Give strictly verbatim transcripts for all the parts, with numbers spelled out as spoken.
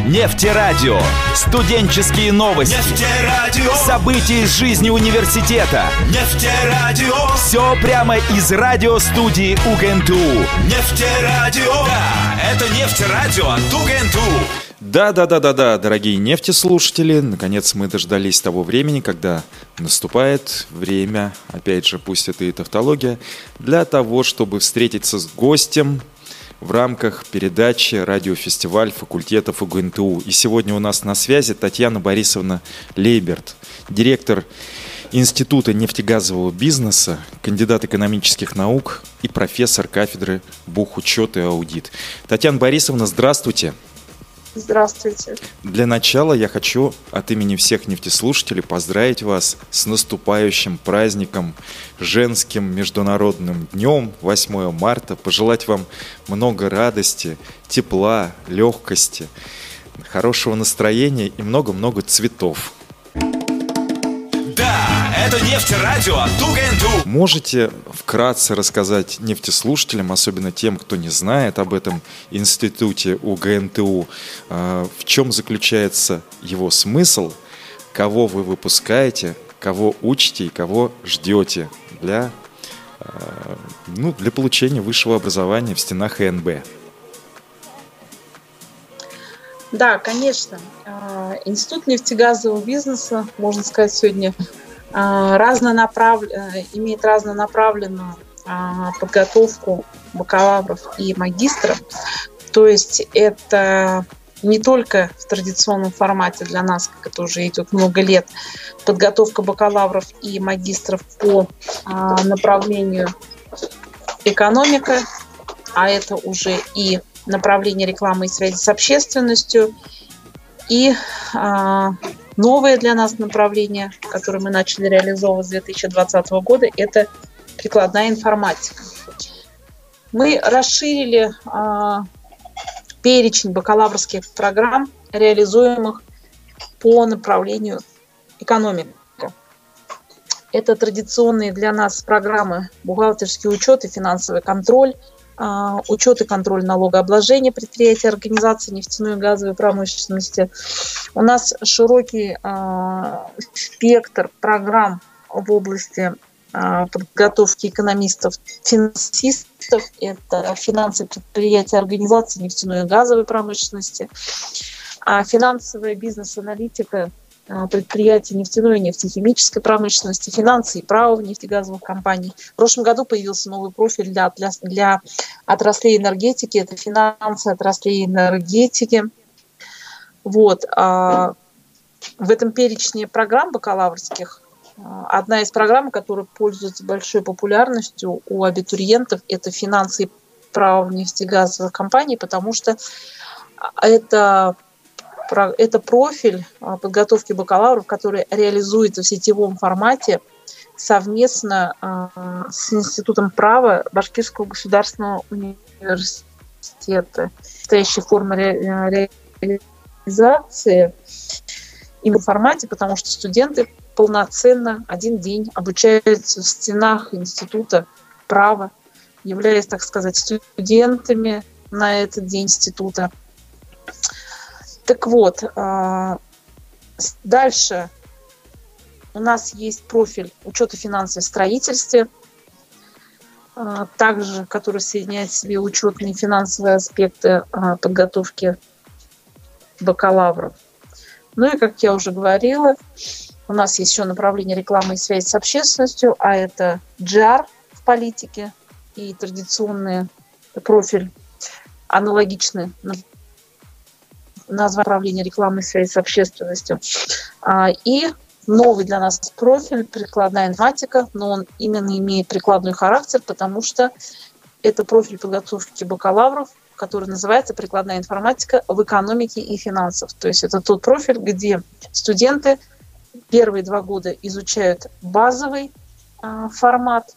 Нефтерадио. Студенческие новости. Нефтерадио. События из жизни университета. Нефтерадио. Все прямо из радиостудии УГНТУ. Нефтерадио. Да, это Нефтерадио от УГНТУ. Да-да-да-да-да, дорогие нефтеслушатели, наконец мы дождались того времени, когда наступает время, опять же, пусть это и тавтология, для того, чтобы встретиться с гостем в рамках передачи «Радиофестиваль факультетов УГНТУ». И сегодня у нас на связи Татьяна Борисовна Лейберт, директор Института нефтегазового бизнеса, кандидат экономических наук и профессор кафедры бухучет и аудит. Татьяна Борисовна, здравствуйте. Здравствуйте. Для начала я хочу от имени всех нефтеслушателей поздравить вас с наступающим праздником, женским международным днем восьмого марта. Пожелать вам много радости, тепла, легкости, хорошего настроения и много-много цветов. Да, это Нефтерадио от УГНТУ. Можете вкратце рассказать нефтеслушателям, особенно тем, кто не знает об этом институте УГНТУ, в чем заключается его смысл, кого вы выпускаете, кого учите и кого ждете для, ну, для получения высшего образования в стенах ЭНБ? Да, конечно. Институт нефтегазового бизнеса, можно сказать, сегодня разнонаправ... имеет разнонаправленную подготовку бакалавров и магистров. То есть это не только в традиционном формате для нас, как это уже идет много лет, подготовка бакалавров и магистров по направлению экономика, а это уже и направление рекламы и связи с общественностью, и а, новое для нас направление, которое мы начали реализовывать с две тысячи двадцатого года, это прикладная информатика. Мы расширили а, перечень бакалаврских программ, реализуемых по направлению экономика. Это традиционные для нас программы бухгалтерский учет и финансовый контроль, учет и контроль налогообложения предприятий, организаций нефтяной и газовой промышленности. У нас широкий э, спектр программ в области э, подготовки экономистов, финансистов. Это финансы предприятий, организаций нефтяной и газовой промышленности, а финансовая бизнес-аналитика предприятий нефтяной и нефтехимической промышленности, финансы и право нефтегазовых компаний. В прошлом году появился новый профиль для, для, для отраслей энергетики, это финансы отраслей энергетики. Вот. В этом перечне программ бакалаврских одна из программ, которая пользуется большой популярностью у абитуриентов, это финансы и право нефтегазовых компаний, потому что это Это профиль подготовки бакалавров, который реализуется в сетевом формате совместно с Институтом права Башкирского государственного университета. Настоящая форма реализации именно в формате, потому что студенты полноценно один день обучаются в стенах Института права, являясь, так сказать, студентами на этот день института. Так вот, дальше у нас есть профиль учета финансов в строительстве, также, который соединяет в себе учетные и финансовые аспекты подготовки бакалавров. Ну и, как я уже говорила, у нас есть еще направление рекламы и связи с общественностью, а это джи ар в политике и традиционный профиль аналогичный название направления рекламы и связи с общественностью. И новый для нас профиль прикладная информатика, но он именно имеет прикладной характер, потому что это профиль подготовки бакалавров, который называется прикладная информатика в экономике и финансах. То есть это тот профиль, где студенты первые два года изучают базовый формат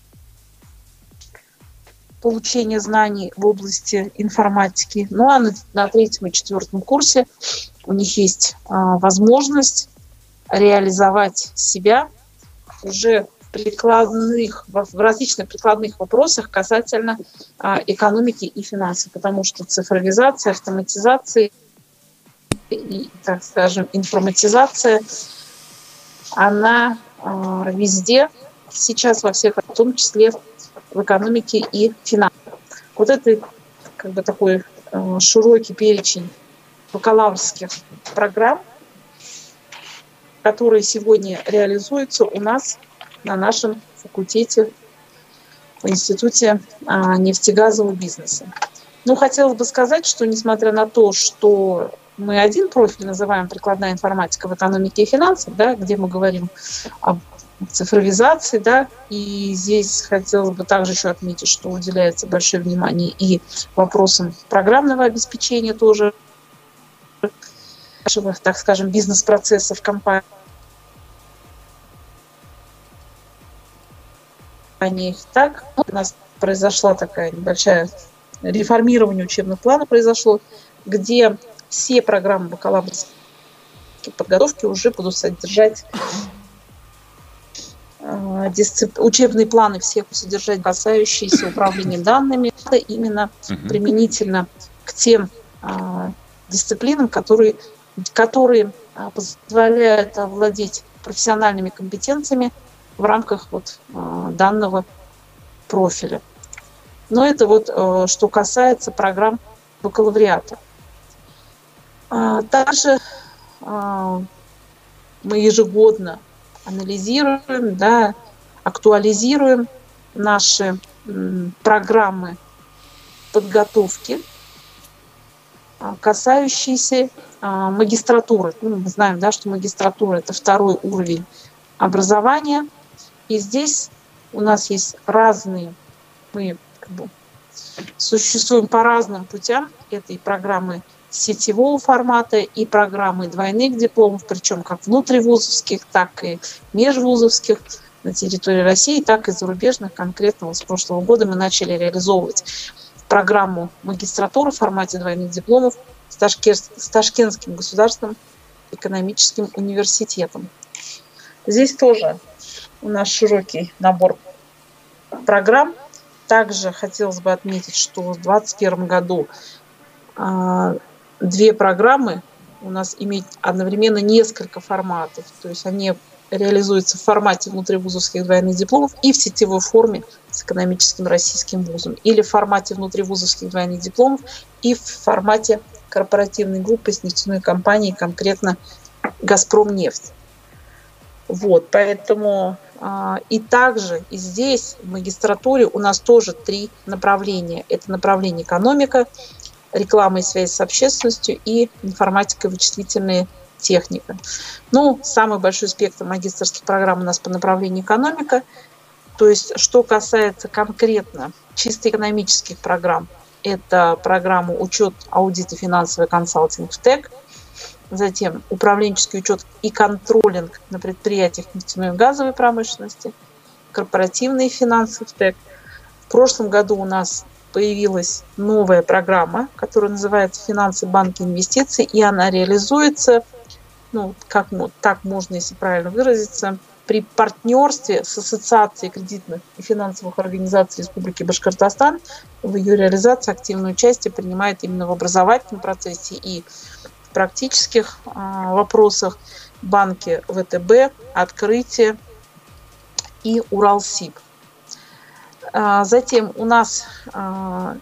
получения знаний в области информатики. Ну а на, на третьем и четвертом курсе у них есть а, возможность реализовать себя уже в прикладных, в, в различных прикладных вопросах касательно а, экономики и финансов, потому что цифровизация, автоматизация и, так скажем, информатизация, она э, везде сейчас во всех, в том числе в экономике и финансах. Вот это как бы такой э, широкий перечень бакалаврских программ, которые сегодня реализуются у нас на нашем факультете в Институте а, нефтегазового бизнеса. Ну, хотелось бы сказать, что несмотря на то, что мы один профиль называем прикладная информатика в экономике и финансах, да, где мы говорим об цифровизации, да, и здесь хотелось бы также еще отметить, что уделяется большое внимание и вопросам программного обеспечения тоже, нашего, так скажем, бизнес-процессов компании. Так, у нас произошла такая небольшая реформирование учебных планов произошло, где все программы бакалаврской подготовки уже будут содержать э, дисцип... учебные планы всех содержать, касающиеся управления данными, это именно uh-huh. применительно к тем э, дисциплинам, которые, которые э, позволяют овладеть профессиональными компетенциями в рамках вот, э, данного профиля. Но это вот э, что касается программ бакалавриата. А, также э, мы ежегодно анализируем, да, актуализируем наши м, программы подготовки, касающиеся э, магистратуры. Ну, мы знаем, да, что магистратура – это второй уровень образования. И здесь у нас есть разные, мы как бы существуем по разным путям этой программы сетевого формата и программы двойных дипломов, причем как внутривузовских, так и межвузовских на территории России, так и зарубежных. Конкретно вот с прошлого года мы начали реализовывать программу магистратуры в формате двойных дипломов с Ташкентским государственным экономическим университетом. Здесь тоже у нас широкий набор программ. Также хотелось бы отметить, что в две тысячи двадцать первом году э, две программы у нас имеют одновременно несколько форматов. То есть они реализуются в формате внутривузовских двойных дипломов и в сетевой форме с экономическим российским вузом. Или в формате внутривузовских двойных дипломов и в формате корпоративной группы с нефтяной компанией, конкретно «Газпромнефть». Вот, поэтому э, и также и здесь в магистратуре у нас тоже три направления. Это направление экономика, реклама и связь с общественностью и информатика и вычислительная техника. Ну, самый большой спектр магистерских программ у нас по направлению экономика. То есть, что касается конкретно чисто экономических программ, это программа учет, аудит и финансовый консалтинг в ТЭК. Затем управленческий учет и контролинг на предприятиях нефтяной и газовой промышленности, корпоративные финансы в ТЭК. В прошлом году у нас появилась новая программа, которая называется «Финансы, банки, инвестиции», и она реализуется, ну, как ну, так можно, если правильно выразиться, при партнерстве с Ассоциацией кредитных и финансовых организаций Республики Башкортостан. В ее реализации активное участие принимает именно в образовательном процессе и практических э, вопросах банки ВТБ, Открытие и Уралсиб. А, затем у нас э,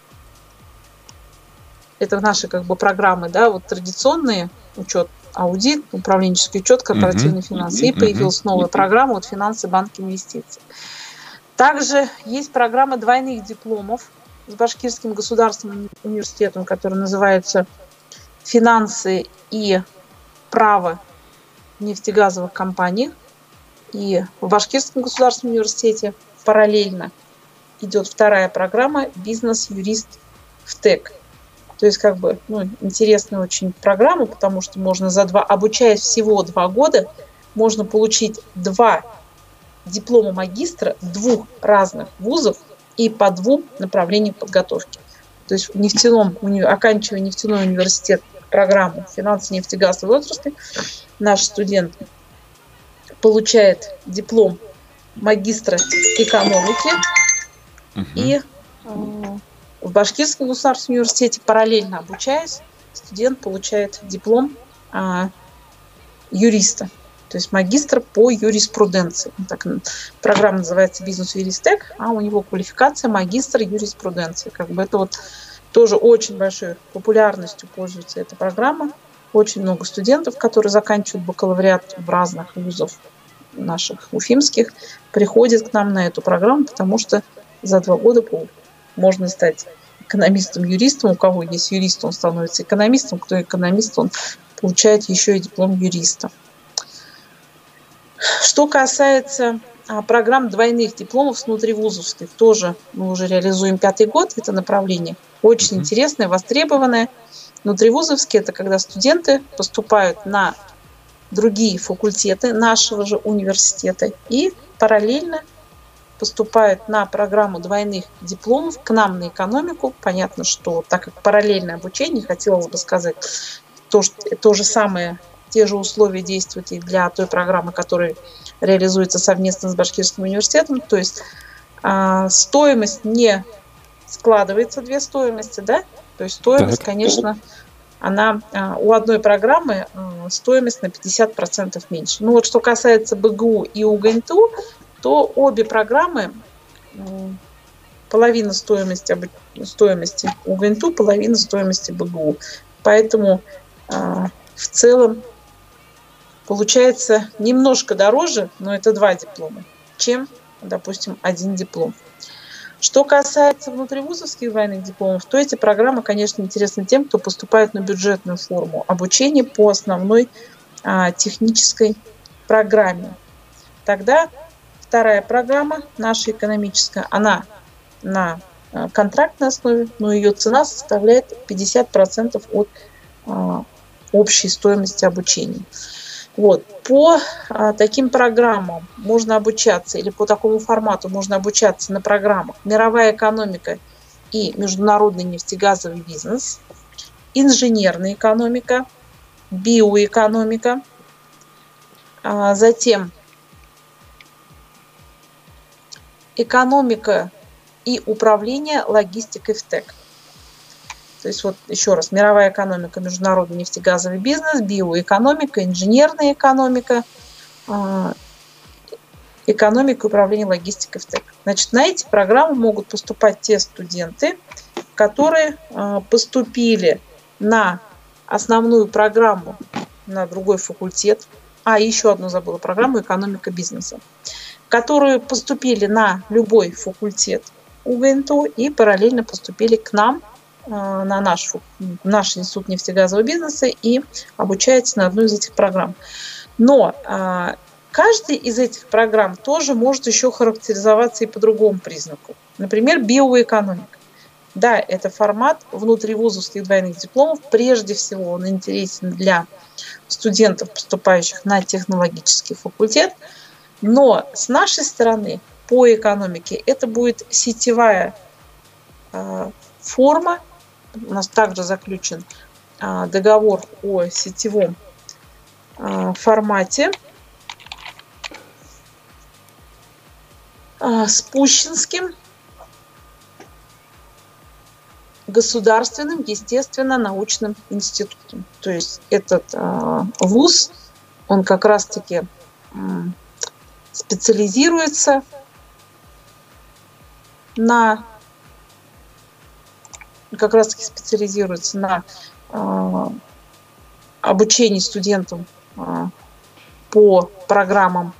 это наши как бы программы, да, вот традиционные учет, аудит, управленческий учет, корпоративные uh-huh. финансы. И uh-huh. появилась новая программа вот финансы, банки, инвестиции. Также есть программа двойных дипломов с Башкирским государственным университетом, которая называется «Финансы и право в нефтегазовых компаниях». И в Башкирском государственном университете параллельно идет вторая программа «Бизнес-юрист в ТЭК». То есть, как бы, ну, интересная очень программа, потому что можно за два, обучаясь всего два года, можно получить два диплома магистра двух разных вузов и по двум направлениям подготовки. То есть в нефтяном, оканчивая нефтяной университет программу «Финансы, нефть и газ в отрасли», наш студент получает диплом магистра экономики uh-huh. и э, в Башкирском государственном университете, параллельно обучаясь, студент получает диплом а, юриста, то есть магистр по юриспруденции. Так, программа называется «Бизнес-юристек», а у него квалификация магистр юриспруденции. Как бы это вот тоже очень большой популярностью пользуется эта программа. Очень много студентов, которые заканчивают бакалавриат в разных вузах наших уфимских, приходят к нам на эту программу, потому что за два года можно стать экономистом-юристом. У кого есть юрист, он становится экономистом. Кто экономист, он получает еще и диплом юриста. Что касается а, программ двойных дипломов внутривузовских, тоже мы уже реализуем пятый год это направление. Очень mm-hmm. интересное, востребованное. Внутривузовские – это когда студенты поступают на другие факультеты нашего же университета и параллельно поступают на программу двойных дипломов к нам на экономику. Понятно, что так как параллельное обучение, хотелось бы сказать, то, что, то же самое, те же условия действуют и для той программы, которая реализуется совместно с Башкирским университетом. То есть а, стоимость не складывается, две стоимости, да? То есть стоимость, так. конечно, она а, у одной программы а, стоимость на пятьдесят процентов меньше. Ну вот что касается БГУ и УГНТУ, то обе программы а, половина стоимости, стоимости УГНТУ, половина стоимости БГУ. Поэтому а, в целом получается немножко дороже, но это два диплома, чем, допустим, один диплом. Что касается внутривузовских двойных дипломов, то эти программы, конечно, интересны тем, кто поступает на бюджетную форму обучения по основной а, технической программе. Тогда вторая программа, наша экономическая, она на а, контрактной основе, но ее цена составляет пятьдесят процентов от а, общей стоимости обучения. Вот. По а, таким программам можно обучаться, или по такому формату можно обучаться на программах «Мировая экономика» и «Международный нефтегазовый бизнес», «Инженерная экономика», «Биоэкономика», а, затем «Экономика и управление логистикой в ТЭК». То есть вот еще раз, мировая экономика, международный нефтегазовый бизнес, биоэкономика, инженерная экономика, экономика и управление логистикой в ТЭК. Значит, на эти программы могут поступать те студенты, которые поступили на основную программу на другой факультет, а еще одну забыла программу экономика бизнеса, которые поступили на любой факультет УГНТУ и параллельно поступили к нам на наш, наш институт нефтегазового бизнеса и обучается на одной из этих программ. Но а, каждая из этих программ тоже может еще характеризоваться и по другому признаку. Например, биоэкономика. Да, это формат внутривузовских двойных дипломов. Прежде всего он интересен для студентов, поступающих на технологический факультет. Но с нашей стороны по экономике это будет сетевая а, форма. У нас также заключен а, договор о сетевом а, формате а, с Пущинским государственным естественно-научным институтом. То есть этот а, вуз, он как раз-таки а, специализируется на как раз-таки специализируется на э, обучении студентам э, по программам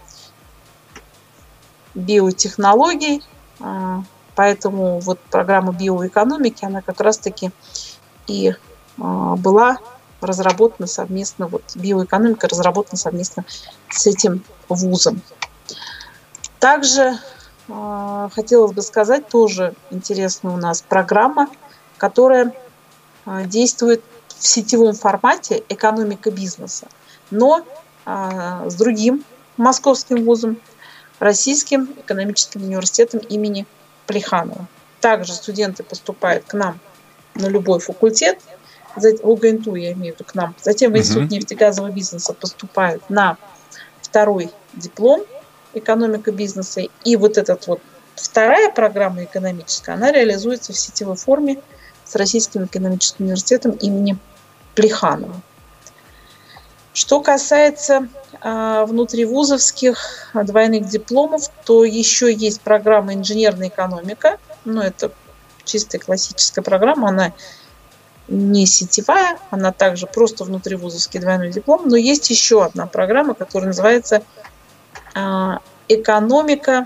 биотехнологий. Э, поэтому вот программа биоэкономики, она как раз-таки и э, была разработана совместно, вот биоэкономика разработана совместно с этим вузом. Также э, хотелось бы сказать, тоже интересная у нас программа, которая действует в сетевом формате экономика бизнеса, но а, с другим московским вузом, Российским экономическим университетом имени Плеханова. Также студенты поступают к нам на любой факультет, в УГНТУ я имею в виду к нам, затем в Институт uh-huh. нефтегазового бизнеса поступают на второй диплом экономика бизнеса, и вот этот вот вторая программа экономическая, она реализуется в сетевой форме с Российским экономическим университетом имени Плеханова. Что касается э, внутривузовских двойных дипломов, то еще есть программа «Инженерная экономика». Ну, это чистая классическая программа, она не сетевая, она также просто внутривузовский двойной диплом. Но есть еще одна программа, которая называется э, «Экономика».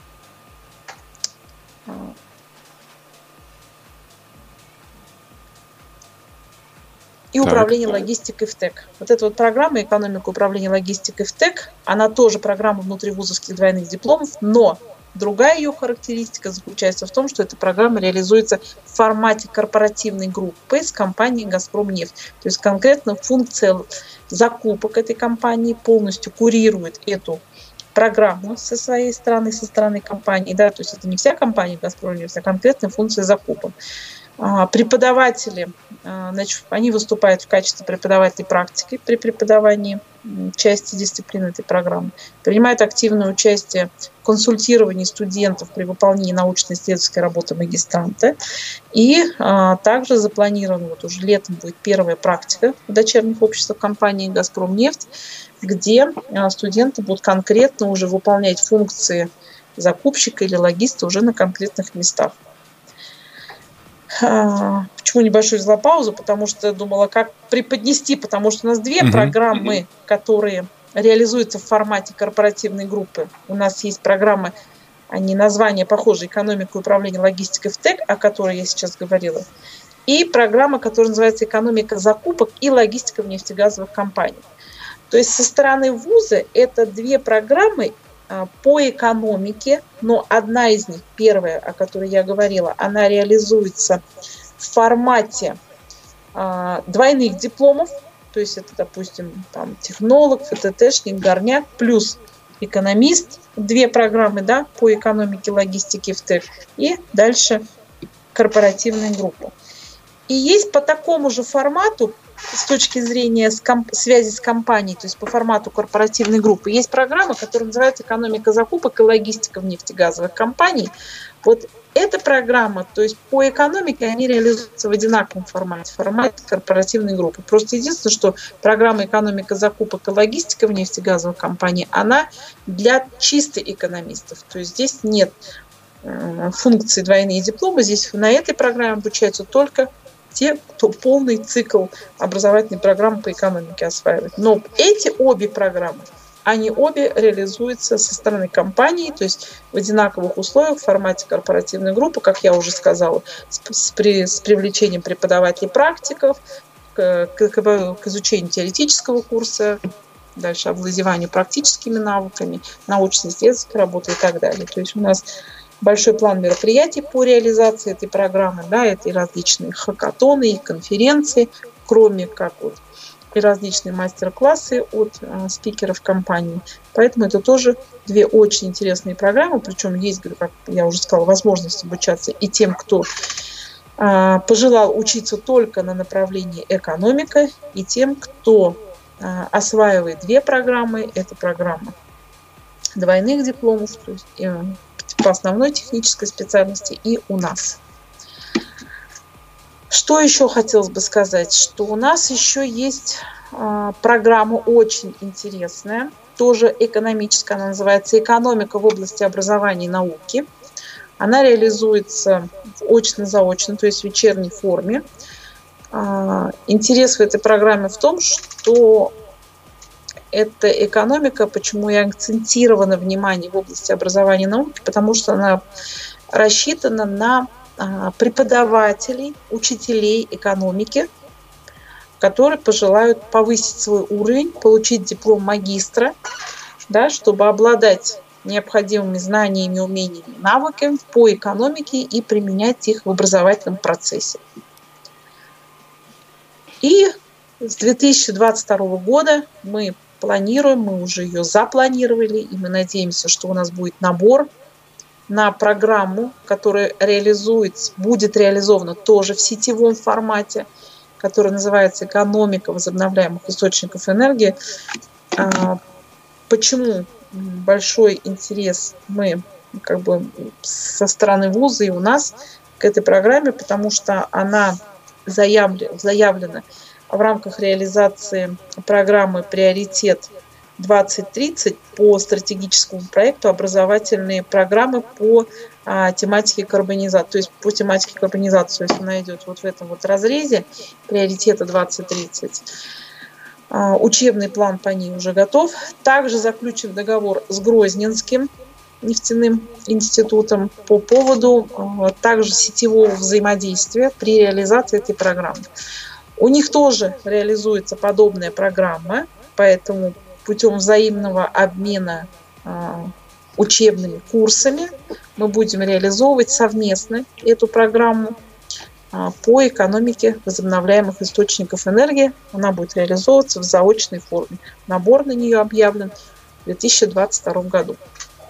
И управление логистикой в ТЭК. Вот эта вот программа «Экономика управления логистикой в ТЭК», она тоже программа внутривузовских двойных дипломов, но другая ее характеристика заключается в том, что эта программа реализуется в формате корпоративной группы с компанией «Газпромнефть». То есть конкретно функция закупок этой компании полностью курирует эту программу со своей стороны, со стороны компании. Да? То есть это не вся компания «Газпромнефть», а конкретная функция закупок. Преподаватели, значит, они выступают в качестве преподавателей практики при преподавании части дисциплины этой программы, принимают активное участие в консультировании студентов при выполнении научно-исследовательской работы магистранта. И а, также запланирована, вот уже летом будет первая практика в дочерних обществах компании «Газпромнефть», где а, студенты будут конкретно уже выполнять функции закупщика или логиста уже на конкретных местах. Почему небольшую взяла паузу? Потому что думала, как преподнести, потому что у нас две uh-huh. программы, которые реализуются в формате корпоративной группы. У нас есть программы, они названия похожи, «Экономика и управление логистикой в ТЭК», о которой я сейчас говорила, и программа, которая называется «Экономика закупок и логистика в нефтегазовых компаниях». То есть со стороны вуза это две программы по экономике, но одна из них, первая, о которой я говорила, она реализуется в формате а, двойных дипломов, то есть это, допустим, там, технолог, ФТТшник, горняк, плюс экономист, две программы, да, по экономике, логистике в ТЭК, и дальше корпоративная группа. И есть по такому же формату, с точки зрения связи с компанией, то есть по формату корпоративной группы, есть программа, которая называется «Экономика закупок и логистика в нефтегазовых компаниях». Вот эта программа, то есть по экономике, они реализуются в одинаковом формате, в формате корпоративной группы. Просто единственное, что программа «Экономика закупок и логистика в нефтегазовых компаниях», она для чисто экономистов. То есть здесь нет э, функции двойные дипломы, здесь на этой программе обучаются только те, кто полный цикл образовательной программы по экономике осваивает. Но эти обе программы, они обе реализуются со стороны компании, то есть в одинаковых условиях в формате корпоративной группы, как я уже сказала, с, при, с привлечением преподавателей практиков, к, к, к изучению теоретического курса, дальше овладеванию практическими навыками, научно-исследовательской работы и так далее. То есть у нас большой план мероприятий по реализации этой программы, да, это и различные хакатоны, и конференции, кроме как вот и различные мастер-классы от э, спикеров компании. Поэтому это тоже две очень интересные программы, причем есть, как я уже сказала, возможность обучаться и тем, кто э, пожелал учиться только на направлении экономика, и тем, кто э, осваивает две программы. Это программа двойных дипломов, то есть э, по основной технической специальности и у нас. Что еще хотелось бы сказать? Что у нас еще есть э, программа очень интересная, тоже экономическая, она называется «Экономика в области образования и науки». Она реализуется очно-заочно, то есть в вечерней форме. Э, интерес в этой программе в том, что эта экономика, почему и акцентировано внимание в области образования и науки, потому что она рассчитана на преподавателей, учителей экономики, которые пожелают повысить свой уровень, получить диплом магистра, да, чтобы обладать необходимыми знаниями, умениями, навыками по экономике и применять их в образовательном процессе. И с две тысячи двадцать второго года мы планируем, мы уже ее запланировали, и мы надеемся, что у нас будет набор на программу, которая реализуется, будет реализована тоже в сетевом формате, которая называется «Экономика возобновляемых источников энергии». Почему большой интерес мы как бы со стороны вуза и у нас к этой программе? Потому что она заявлена, заявлена в рамках реализации программы «Приоритет двадцать тридцать» по стратегическому проекту образовательные программы по а, тематике карбонизации, то есть по тематике карбонизации, если она идет вот в этом вот разрезе «Приоритета двадцать тридцать». А, учебный план по ней уже готов. Также заключен договор с Грозненским нефтяным институтом по поводу а, также сетевого взаимодействия при реализации этой программы. У них тоже реализуется подобная программа, поэтому путем взаимного обмена а, учебными курсами мы будем реализовывать совместно эту программу а, по экономике возобновляемых источников энергии. Она будет реализовываться в заочной форме. Набор на нее объявлен в две тысячи двадцать втором году.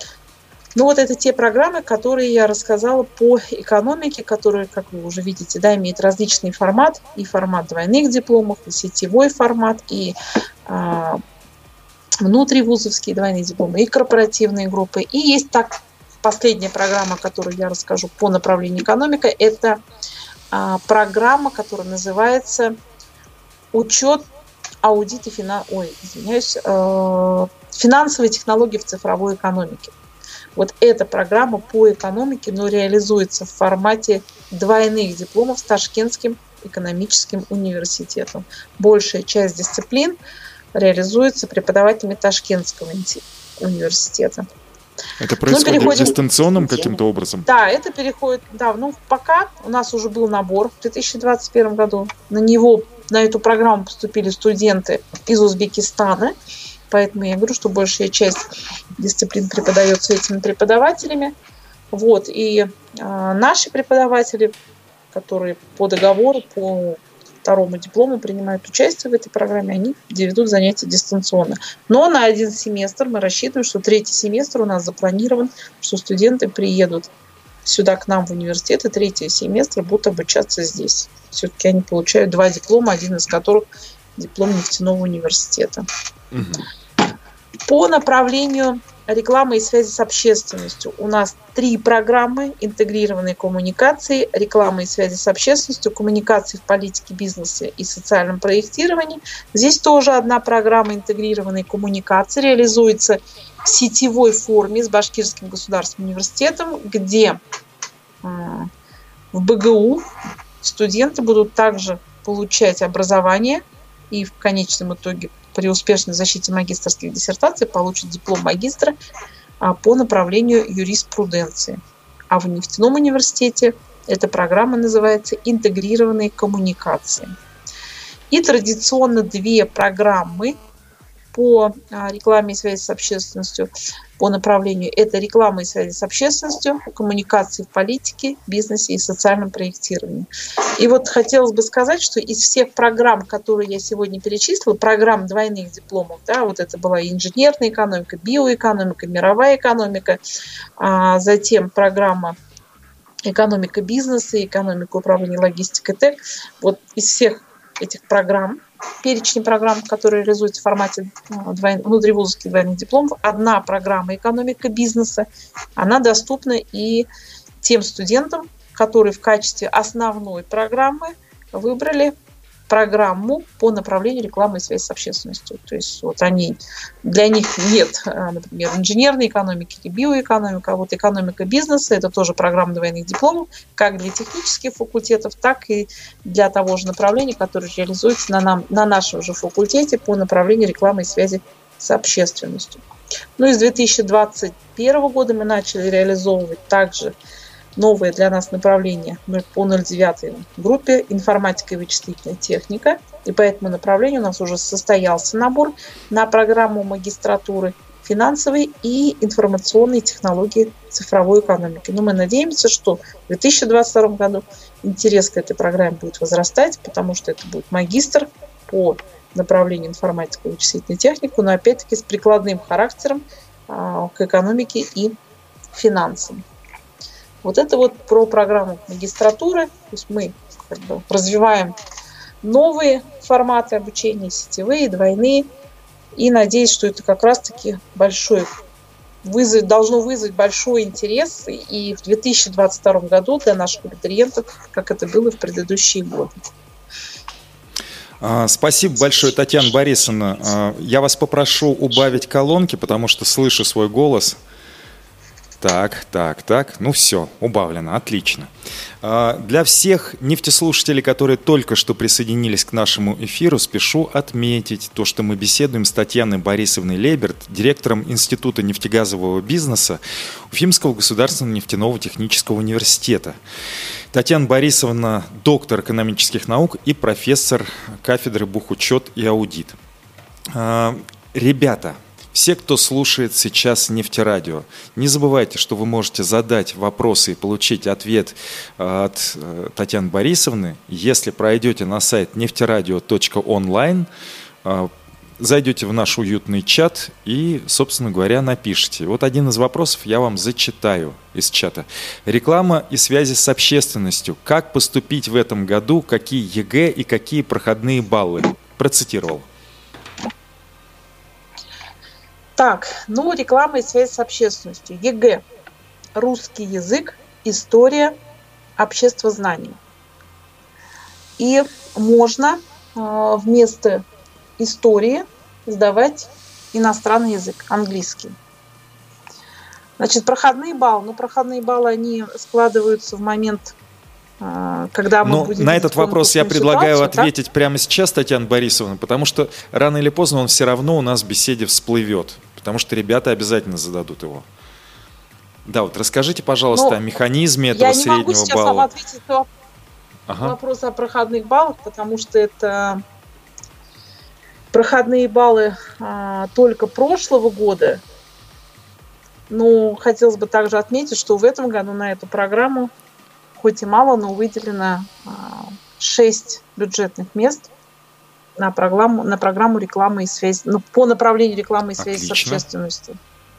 Ну вот это те программы, которые я рассказала по экономике, которые, как вы уже видите, да, имеют различный формат, и формат двойных дипломов, и сетевой формат, и а, внутривузовские двойные дипломы, и корпоративные группы. И есть так последняя программа, которую я расскажу по направлению экономика, это а, программа, которая называется «Учет, аудит и финан... Ой, извиняюсь, э, финансовые технологии в цифровой экономике». Вот эта программа по экономике, но реализуется в формате двойных дипломов с Ташкентским экономическим университетом. Большая часть дисциплин реализуется преподавателями Ташкентского университета. Это происходит переходим... дистанционным каким-то образом? Да, это переходит, да, ну пока у нас уже был набор в две тысячи двадцать первом году. На него, на эту программу поступили студенты из Узбекистана. Поэтому я говорю, что большая часть дисциплин преподается этими преподавателями. Вот. И э, наши преподаватели, которые по договору, по второму диплому принимают участие в этой программе, они ведут занятия дистанционно. Но на один семестр мы рассчитываем, что третий семестр у нас запланирован, что студенты приедут сюда к нам в университет, и третий семестр будут обучаться здесь. Все-таки они получают два диплома, один из которых диплом нефтяного университета. Угу. По направлению рекламы и связи с общественностью у нас три программы: интегрированные коммуникации, реклама и связи с общественностью, коммуникации в политике, бизнесе и социальном проектировании. Здесь тоже одна программа интегрированные коммуникации реализуется в сетевой форме с Башкирским государственным университетом, где в БГУ студенты будут также получать образование и в конечном итоге при успешной защите магистерских диссертаций получат диплом магистра по направлению юриспруденции. А в нефтяном университете эта программа называется «Интегрированные коммуникации». И традиционно две программы по рекламе и связи с общественностью по направлению. Это реклама и связи с общественностью, коммуникации в политике, бизнесе и социальном проектировании. И вот хотелось бы сказать, что из всех программ, которые я сегодня перечислила, программ двойных дипломов, да, вот это была и инженерная экономика, биоэкономика, мировая экономика, а затем программа экономика бизнеса, экономика управления логистикой ТЭК. Вот из всех этих программ, перечень программ, которые реализуются в формате двойных, внутривузовских двойных дипломов, одна программа экономика бизнеса, она доступна и тем студентам, которые в качестве основной программы выбрали программу по направлению рекламы и связи с общественностью. То есть вот они, для них нет, например, инженерной экономики или биоэкономики, а вот экономика бизнеса – это тоже программа двойных дипломов, как для технических факультетов, так и для того же направления, которое реализуется на, нам, на нашем же факультете по направлению рекламы и связи с общественностью. Ну и с две тысячи двадцать первого года мы начали реализовывать также новое для нас направление по ноль девятой группе информатика и вычислительная техника. И по этому направлению у нас уже состоялся набор на программу магистратуры финансовой и информационной технологии цифровой экономики. Но мы надеемся, что в две тысячи двадцать втором году интерес к этой программе будет возрастать, потому что это будет магистр по направлению информатика и вычислительная техника, но опять-таки с прикладным характером к экономике и финансам. Вот это вот про программу магистратуры. То есть мы как бы развиваем новые форматы обучения, сетевые, двойные. И надеюсь, что это как раз-таки большой вызов, должно вызвать большой интерес и в две тысячи двадцать втором году для наших абитуриентов, как это было в предыдущие годы. А, спасибо большое, Татьяна Борисовна. А, я вас попрошу убавить колонки, потому что слышу свой голос. Так, так, так. Ну все, убавлено, отлично. Для всех нефтеслушателей, которые только что присоединились к нашему эфиру, спешу отметить то, что мы беседуем с Татьяной Борисовной Лейберт, директором Института нефтегазового бизнеса Уфимского государственного нефтяного технического университета. Татьяна Борисовна – доктор экономических наук и профессор кафедры бухучет и аудит. Ребята, все, кто слушает сейчас Нефтерадио, не забывайте, что вы можете задать вопросы и получить ответ от Татьяны Борисовны, если пройдете на сайт нефтерадио точка онлайн, зайдете в наш уютный чат и, собственно говоря, напишите. Вот один из вопросов я вам зачитаю из чата. Реклама и связи с общественностью. Как поступить в этом году, какие ЕГЭ и какие проходные баллы? Процитировал. Так, ну, реклама и связь с общественностью. ЕГЭ. Русский язык, история, обществознание. И можно э, вместо истории сдавать иностранный язык, английский. Значит, проходные баллы. Ну, проходные баллы, они складываются в момент, когда мы Но будем... на этот вопрос я предлагаю ситуацию, ответить так? прямо сейчас, Татьяна Борисовна, потому что рано или поздно он все равно у нас в беседе всплывет, потому что ребята обязательно зададут его. Да, вот расскажите, пожалуйста, Но о механизме этого среднего балла. Я не могу сейчас вам ответить на ага. вопрос о проходных баллах, потому что это проходные баллы а, только прошлого года. Но хотелось бы также отметить, что в этом году на эту программу, хоть и мало, но выделено шесть бюджетных мест на программу, на программу рекламы и связи, ну, по направлению рекламы и связи Отлично. С общественностью.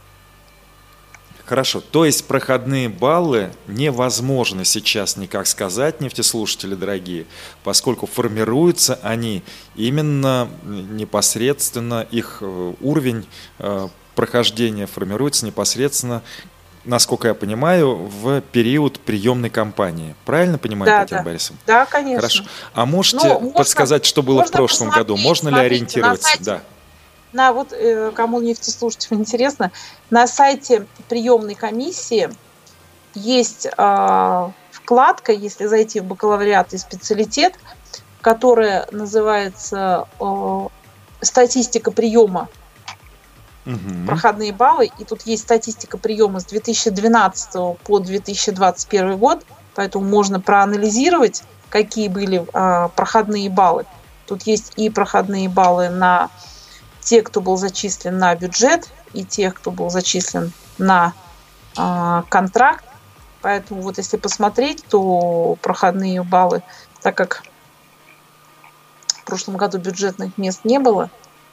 Хорошо, то есть проходные баллы невозможно сейчас никак сказать, нефтеслушатели дорогие, поскольку формируются они именно непосредственно, их уровень прохождения формируется непосредственно, насколько я понимаю, в период приемной кампании. Правильно понимаю, да, Татьяна да. Борисовна? Да, конечно. Хорошо. А можете ну, подсказать, можно, что было в прошлом году? Можно ли ориентироваться? На сайте, да. на вот, кому нефтеслушателям интересно, на сайте приемной комиссии есть э, вкладка, если зайти в бакалавриат и специалитет, которая называется э, «Статистика приема». Угу. Проходные баллы, и тут есть статистика приема с две тысячи двенадцатого по две тысячи двадцать первый год, поэтому можно проанализировать, какие были а, проходные баллы. Тут есть и проходные баллы на тех, кто был зачислен на бюджет, и тех, кто был зачислен на а, контракт. Поэтому вот если посмотреть, то проходные баллы, так как в прошлом году бюджетных мест не было,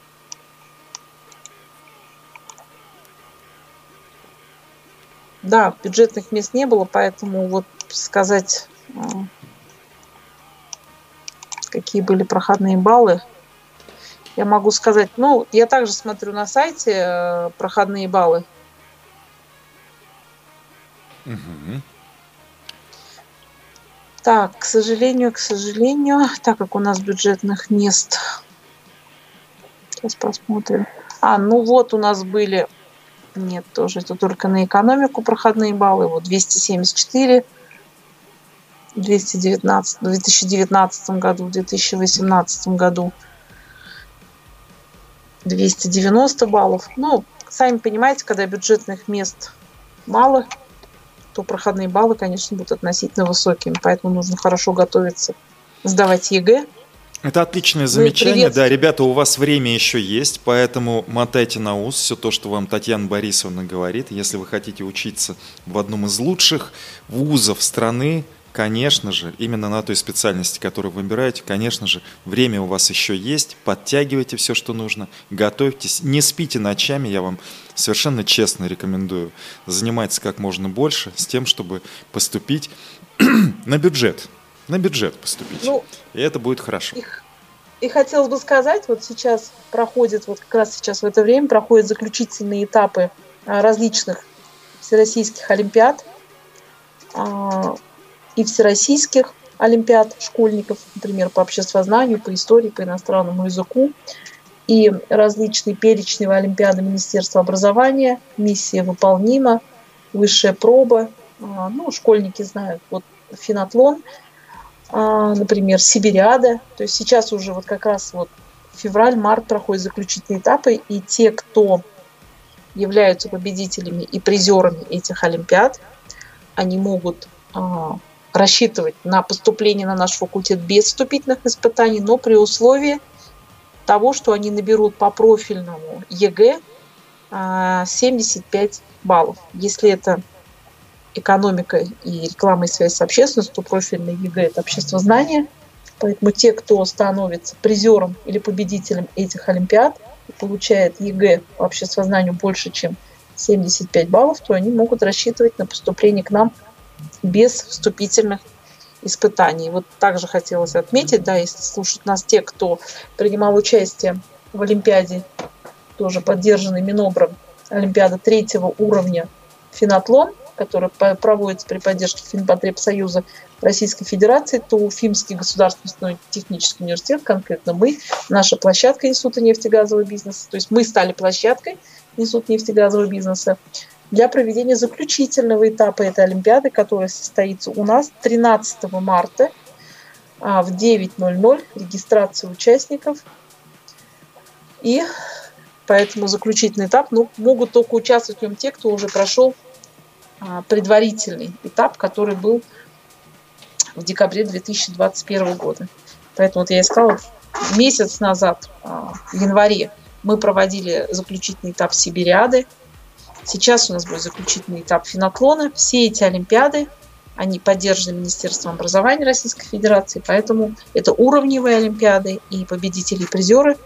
да, бюджетных мест не было, поэтому вот сказать, какие были проходные баллы, я могу сказать, ну, я также смотрю на сайте проходные баллы. Угу. Так, к сожалению, к сожалению, так как у нас бюджетных мест, сейчас посмотрим. А, ну вот у нас были... Нет, тоже это только на экономику проходные баллы. Вот двести семьдесят четыре, двести девятнадцать, в две тысячи девятнадцатом году, в две тысячи восемнадцатом году двести девяносто баллов. Ну, сами понимаете, когда бюджетных мест мало, то проходные баллы, конечно, будут относительно высокими. Поэтому нужно хорошо готовиться, сдавать ЕГЭ. Это отличное замечание. Да, ребята, у вас время еще есть, поэтому мотайте на ус все то, что вам Татьяна Борисовна говорит. Если вы хотите учиться в одном из лучших вузов страны, конечно же, именно на той специальности, которую вы выбираете, конечно же, время у вас еще есть. Подтягивайте все, что нужно, готовьтесь. Не спите ночами, я вам совершенно честно рекомендую заниматься как можно больше с тем, чтобы поступить на бюджет. На бюджет поступить. Ну, и это будет хорошо. И, и хотелось бы сказать, вот сейчас проходит, вот как раз сейчас в это время проходят заключительные этапы а, различных всероссийских олимпиад а, и всероссийских олимпиад школьников, например, по обществознанию, по истории, по иностранному языку, и различные перечневые олимпиады Министерства образования, миссия выполнима, высшая проба, ну, школьники знают, вот финатлон, например, Сибириада, то есть сейчас уже вот как раз вот февраль-март проходят заключительные этапы, и те, кто являются победителями и призерами этих олимпиад, они могут а, рассчитывать на поступление на наш факультет без вступительных испытаний, но при условии того, что они наберут по профильному ЕГЭ а, семьдесят пять баллов. Если это экономика и реклама и связь с общественностью, то профильное ЕГЭ – это обществознание. Поэтому те, кто становится призером или победителем этих олимпиад и получает ЕГЭ по обществознанию больше, чем семьдесят пять баллов, то они могут рассчитывать на поступление к нам без вступительных испытаний. Вот также хотелось отметить, да, если слушают нас те, кто принимал участие в олимпиаде, тоже поддержанной Минобром, олимпиада третьего уровня «Финатлон», который проводится при поддержке Финпотребсоюза Российской Федерации, то Уфимский государственный технический университет, конкретно мы, наша площадка Института нефтегазового бизнеса, то есть мы стали площадкой Института нефтегазового бизнеса для проведения заключительного этапа этой олимпиады, которая состоится у нас тринадцатого марта в девять ноль ноль, регистрация участников. И поэтому заключительный этап, ну, могут только участвовать в нем те, кто уже прошел предварительный этап, который был в декабре две тысячи двадцать первого года. Поэтому вот я искала, месяц назад, в январе, мы проводили заключительный этап Сибириады. Сейчас у нас будет заключительный этап Финатлона. Все эти олимпиады, они поддержаны Министерством образования Российской Федерации, поэтому это уровневые олимпиады и победители и призеры.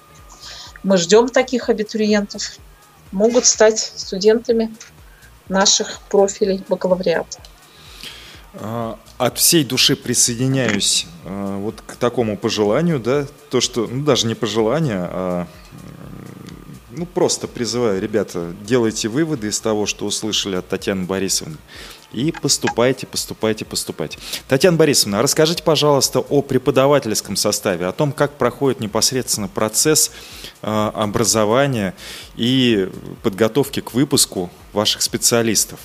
Мы ждем таких абитуриентов. Могут стать студентами наших профилей бакалавриата. От всей души присоединяюсь вот к такому пожеланию, да, то, что, ну, даже не пожелание, а ну, просто призываю, ребята, делайте выводы из того, что услышали от Татьяны Борисовны, и поступайте, поступайте, поступайте. Татьяна Борисовна, расскажите, пожалуйста, о преподавательском составе, о том, как проходит непосредственно процесс э, образования и подготовки к выпуску ваших специалистов.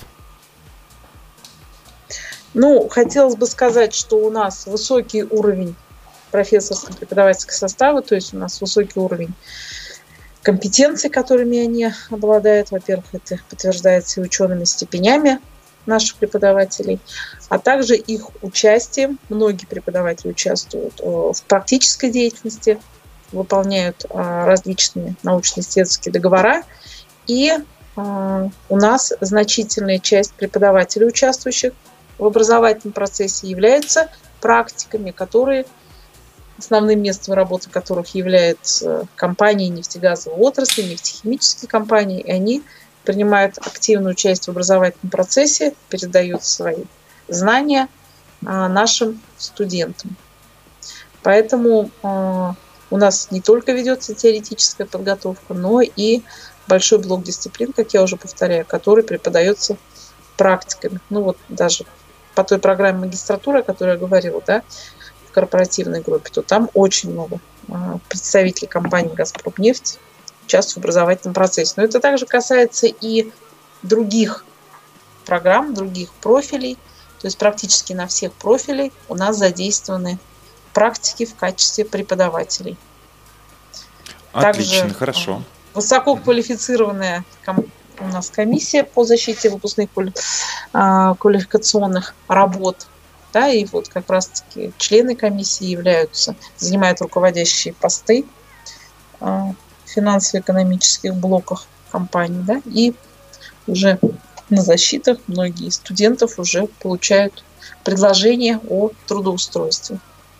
Ну, хотелось бы сказать, что у нас высокий уровень профессорского преподавательского состава, то есть у нас высокий уровень компетенций, которыми они обладают. Во-первых, это подтверждается и учеными степенями наших преподавателей, а также их участием. Многие преподаватели участвуют в практической деятельности, выполняют различные научно-исследовательские договора. И у нас значительная часть преподавателей, участвующих в образовательном процессе, являются практиками, которые основным местом работы которых являются компании нефтегазовой отрасли, нефтехимические компании, и они принимают активное участие в образовательном процессе, передают свои знания нашим студентам. Поэтому у нас не только ведется теоретическая подготовка, но и большой блок дисциплин, как я уже повторяю, который преподается практиками. Ну вот даже по той программе магистратуры, о которой я говорила, да, корпоративной группе, то там очень много представителей компании «Газпромнефть» участвуют в образовательном процессе. Но это также касается и других программ, других профилей. То есть практически на всех профилях у нас задействованы практики в качестве преподавателей. Отлично, также хорошо. Высококвалифицированная у нас комиссия по защите выпускных квалификационных работ. Да, и вот как раз-таки члены комиссии являются, занимают руководящие посты в финансово-экономических блоках компаний. Да, и уже на защитах многие студентов уже получают предложение о трудоустройстве.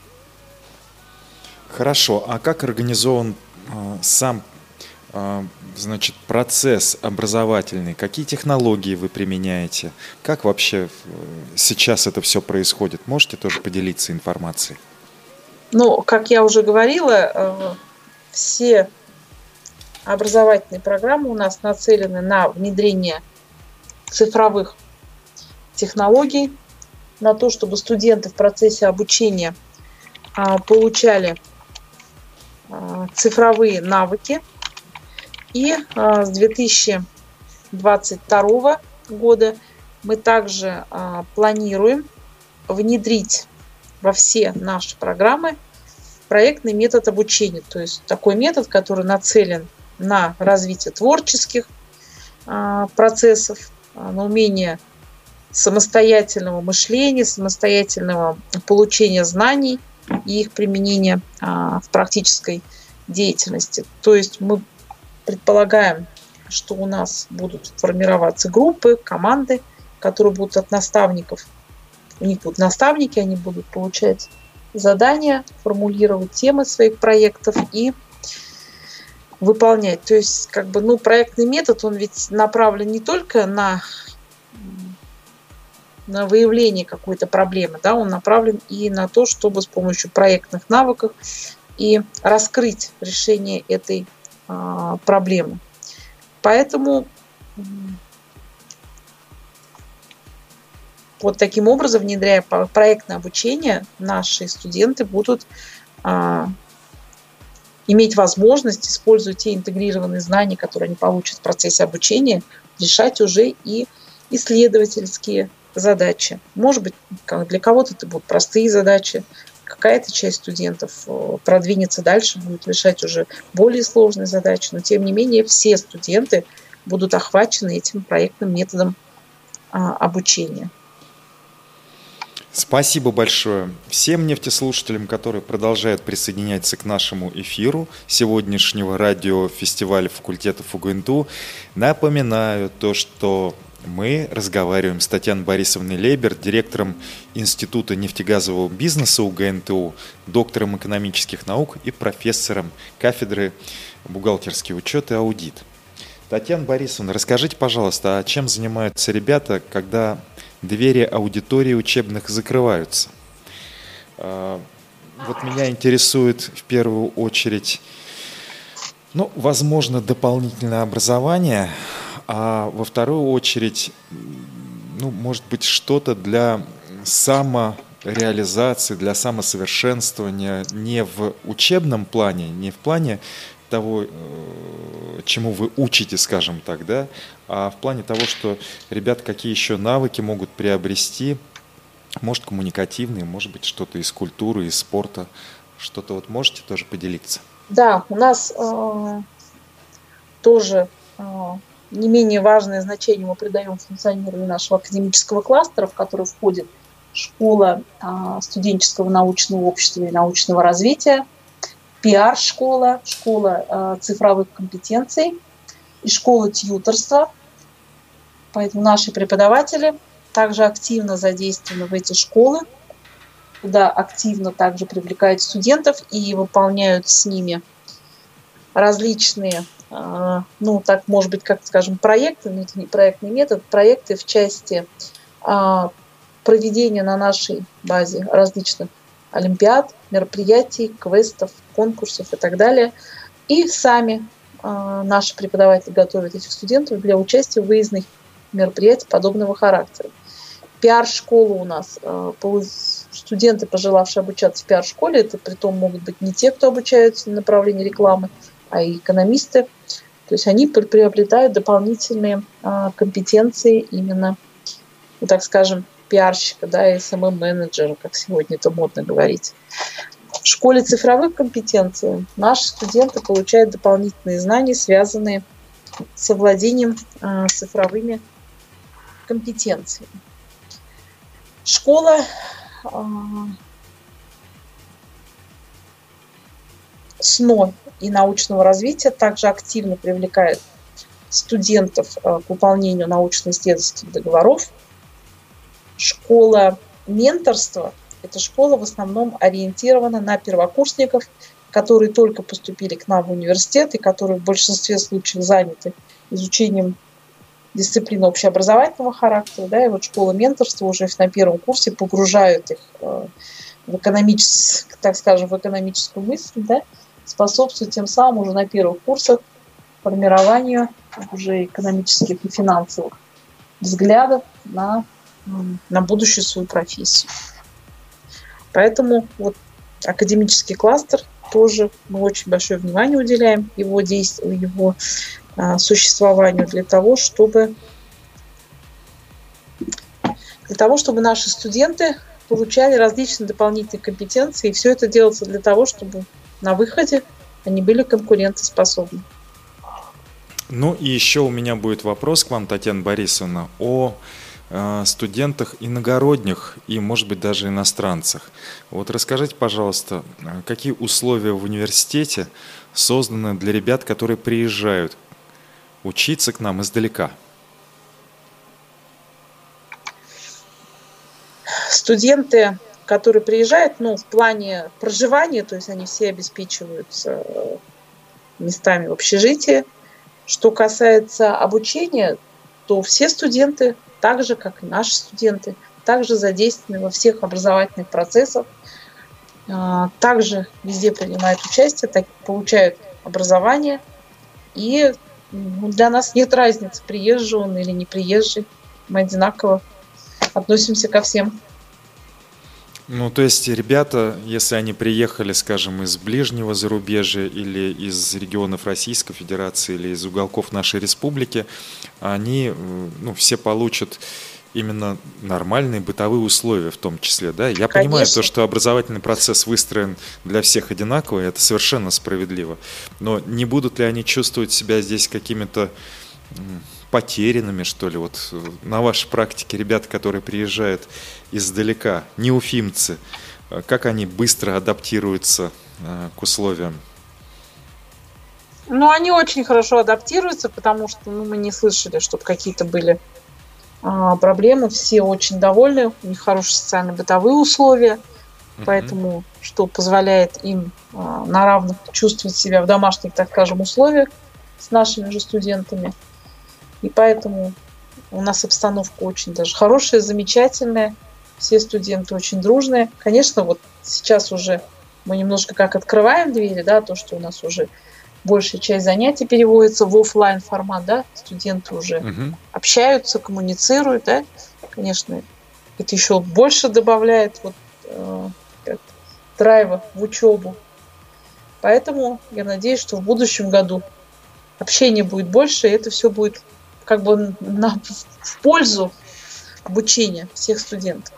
Хорошо. А как организован э, сам э, значит, процесс образовательный? Какие технологии вы применяете? Как вообще сейчас это все происходит? Можете тоже поделиться информацией? Ну, как я уже говорила, все образовательные программы у нас нацелены на внедрение цифровых технологий, на то, чтобы студенты в процессе обучения получали цифровые навыки. И с две тысячи двадцать второго года мы также планируем внедрить во все наши программы проектный метод обучения. То есть такой метод, который нацелен на развитие творческих процессов, на умение самостоятельного мышления, самостоятельного получения знаний и их применения в практической деятельности. То есть мы предполагаем, что у нас будут формироваться группы, команды, которые будут от наставников. У них будут наставники, они будут получать задания, формулировать темы своих проектов и выполнять. То есть, как бы, ну, проектный метод, он ведь направлен не только на, на выявление какой-то проблемы, да, он направлен и на то, чтобы с помощью проектных навыков и раскрыть решение этой а, проблемы. Поэтому вот таким образом, внедряя проектное обучение, наши студенты будут а, иметь возможность, используя те интегрированные знания, которые они получат в процессе обучения, решать уже и исследовательские задачи. Может быть, для кого-то это будут простые задачи, какая-то часть студентов продвинется дальше, будет решать уже более сложные задачи, но тем не менее все студенты будут охвачены этим проектным методом а, обучения. Спасибо большое всем нефтеслушателям, которые продолжают присоединяться к нашему эфиру сегодняшнего радиофестиваля факультетов УГНТУ. Напоминаю то, что мы разговариваем с Татьяной Борисовной Лейбер, директором Института нефтегазового бизнеса УГНТУ, доктором экономических наук и профессором кафедры бухгалтерский учет и аудит. Татьяна Борисовна, расскажите, пожалуйста, а чем занимаются ребята, когда двери аудитории учебных закрываются? Вот меня интересует в первую очередь, ну, возможно, дополнительное образование, а во вторую очередь, ну, может быть, что-то для самореализации, для самосовершенствования не в учебном плане, не в плане того, чему вы учите, скажем так, да, а в плане того, что ребята какие еще навыки могут приобрести, может, коммуникативные, может быть, что-то из культуры, из спорта, что-то вот можете тоже поделиться? Да, у нас э, тоже э, не менее важное значение мы придаем функционированию нашего академического кластера, в который входит школа э, студенческого научного общества и научного развития, пиар-школа, школа э, цифровых компетенций и школа тьюторства. Поэтому наши преподаватели также активно задействованы в эти школы, куда активно также привлекают студентов и выполняют с ними различные, э, ну, так, может быть, как скажем, проекты, но это не проектный метод, проекты в части э, проведения на нашей базе различных олимпиад, мероприятий, квестов, конкурсов и так далее. И сами э, наши преподаватели готовят этих студентов для участия в выездных мероприятиях подобного характера. Пиар-школа у нас, э, студенты, пожелавшие обучаться в пиар-школе, это притом могут быть не те, кто обучаются на направлении рекламы, а и экономисты. То есть они приобретают дополнительные э, компетенции именно, ну, так скажем, пиарщика, да, эс эм эм-менеджера, как сегодня это модно говорить. В школе цифровых компетенций наши студенты получают дополнительные знания, связанные с овладением э, цифровыми компетенциями. Школа э, СНО и научного развития также активно привлекает студентов э, к выполнению научно-исследовательских договоров. Школа менторства – это школа в основном ориентирована на первокурсников, которые только поступили к нам в университет и которые в большинстве случаев заняты изучением дисциплин общеобразовательного характера. Да, и вот школа менторства уже на первом курсе погружают их в экономическую, так скажем, в экономическую мысль, да, способствует тем самым уже на первых курсах формированию уже экономических и финансовых взглядов на на будущую свою профессию. Поэтому вот академический кластер тоже мы очень большое внимание уделяем его действию, его а, существованию для того, чтобы для того, чтобы наши студенты получали различные дополнительные компетенции. И все это делается для того, чтобы на выходе они были конкурентоспособны. Ну и еще у меня будет вопрос к вам, Татьяна Борисовна, о э, студентах иногородних и, может быть, даже иностранцах. Вот расскажите, пожалуйста, какие условия в университете созданы для ребят, которые приезжают учиться к нам издалека? Студенты, которые приезжают, ну, в плане проживания, то есть они все обеспечиваются местами в общежитии. Что касается обучения, то все студенты, так же, как и наши студенты, также задействованы во всех образовательных процессах, также везде принимают участие, так, получают образование. И ну, для нас нет разницы, приезжий он или не приезжий. Мы одинаково относимся ко всем. Ну, то есть ребята, если они приехали, скажем, из ближнего зарубежья или из регионов Российской Федерации или из уголков нашей республики, они, ну, все получат именно нормальные бытовые условия в том числе, да? Я Конечно. понимаю то, что образовательный процесс выстроен для всех одинаково, и это совершенно справедливо. Но не будут ли они чувствовать себя здесь какими-то потерянными, что ли? Вот на вашей практике ребята, которые приезжают издалека, неуфимцы, как они быстро адаптируются к условиям? Ну, они очень хорошо адаптируются, потому что ну, мы не слышали, чтобы какие-то были а, проблемы. Все очень довольны, у них хорошие социально-бытовые условия, uh-huh. поэтому что позволяет им а, на равных чувствовать себя в домашних, так скажем, условиях с нашими же студентами. И поэтому у нас обстановка очень даже хорошая, замечательная. Все студенты очень дружные. Конечно, вот сейчас уже мы немножко как открываем двери, да, то, что у нас уже большая часть занятий переводится в офлайн формат, да, студенты уже uh-huh. общаются, коммуницируют, да. Конечно, это еще больше добавляет вот, э, драйва в учебу. Поэтому я надеюсь, что в будущем году общения будет больше, и это все будет как бы на, в пользу обучения всех студентов.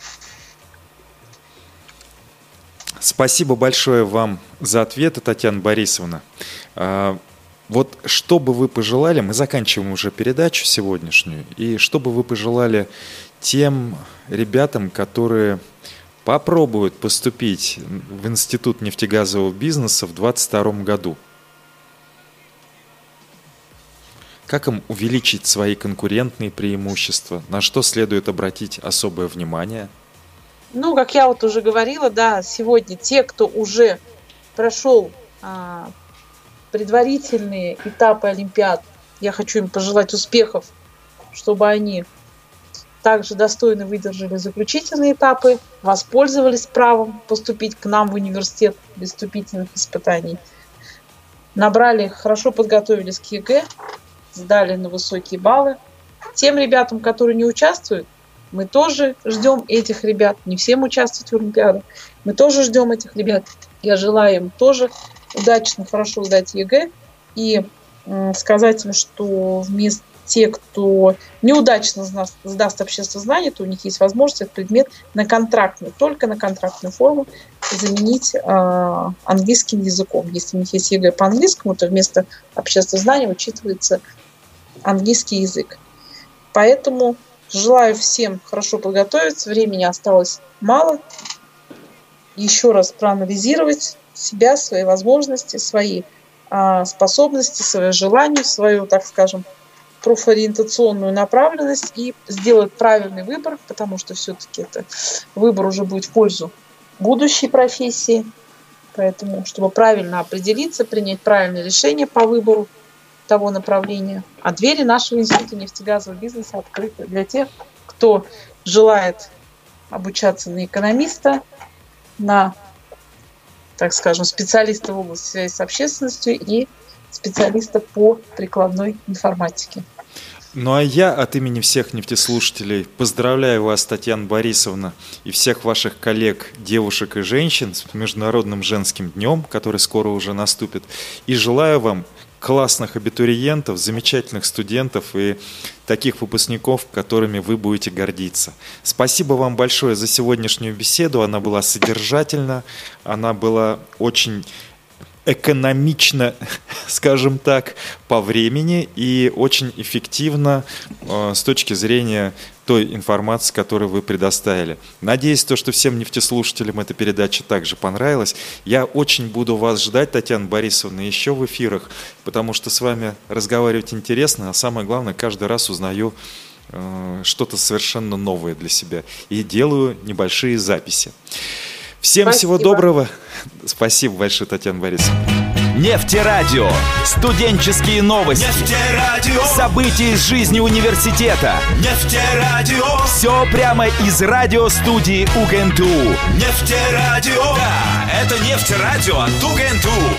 Спасибо большое вам за ответы, Татьяна Борисовна. Вот что бы вы пожелали, мы заканчиваем уже передачу сегодняшнюю, и что бы вы пожелали тем ребятам, которые попробуют поступить в Институт нефтегазового бизнеса в двадцать втором году? Как им увеличить свои конкурентные преимущества? На что следует обратить особое внимание? Ну, как я вот уже говорила, да, сегодня те, кто уже прошел а, предварительные этапы Олимпиад, я хочу им пожелать успехов, чтобы они также достойно выдержали заключительные этапы, воспользовались правом поступить к нам в университет без вступительных испытаний, набрали, хорошо подготовились к ЕГЭ, сдали на высокие баллы. Тем ребятам, которые не участвуют, мы тоже ждем этих ребят. Не всем участвовать в Олимпиадах. Мы тоже ждем этих ребят. Я желаю им тоже удачно, хорошо сдать ЕГЭ и э, сказать им, что вместо тех, кто неудачно сдаст обществознание, то у них есть возможность этот предмет на контрактную, только на контрактную форму заменить э, английским языком. Если у них есть ЕГЭ по английскому, то вместо обществознания учитывается английский язык. Поэтому желаю всем хорошо подготовиться. Времени осталось мало. Еще раз проанализировать себя, свои возможности, свои э, способности, свои желания, свою, так скажем, профориентационную направленность и сделать правильный выбор, потому что все-таки это выбор уже будет в пользу будущей профессии. Поэтому, чтобы правильно определиться, принять правильное решение по выбору того направления. А двери нашего Института нефтегазового бизнеса открыты для тех, кто желает обучаться на экономиста, на, так скажем, специалиста в области связи с общественностью и специалиста по прикладной информатике. Ну а я от имени всех нефтеслушателей поздравляю вас, Татьяна Борисовна, и всех ваших коллег, девушек и женщин с Международным женским днем, который скоро уже наступит. И желаю вам классных абитуриентов, замечательных студентов и таких выпускников, которыми вы будете гордиться. Спасибо вам большое за сегодняшнюю беседу. Она была содержательна, она была очень экономично, скажем так, по времени и очень эффективно э, с точки зрения той информации, которую вы предоставили. Надеюсь, то, что всем нефтеслушателям эта передача также понравилась. Я очень буду вас ждать, Татьяна Борисовна, еще в эфирах, потому что с вами разговаривать интересно, а самое главное, каждый раз узнаю э, что-то совершенно новое для себя и делаю небольшие записи. Всем Спасибо. Всего доброго. Спасибо большое, Татьяна Борисовна. Нефтерадио. Студенческие новости. Нефтерадио. События из жизни университета. Нефтерадио. Все прямо из радиостудии УГНТУ. Нефтерадио. Да, это Нефтерадио от УГНТУ.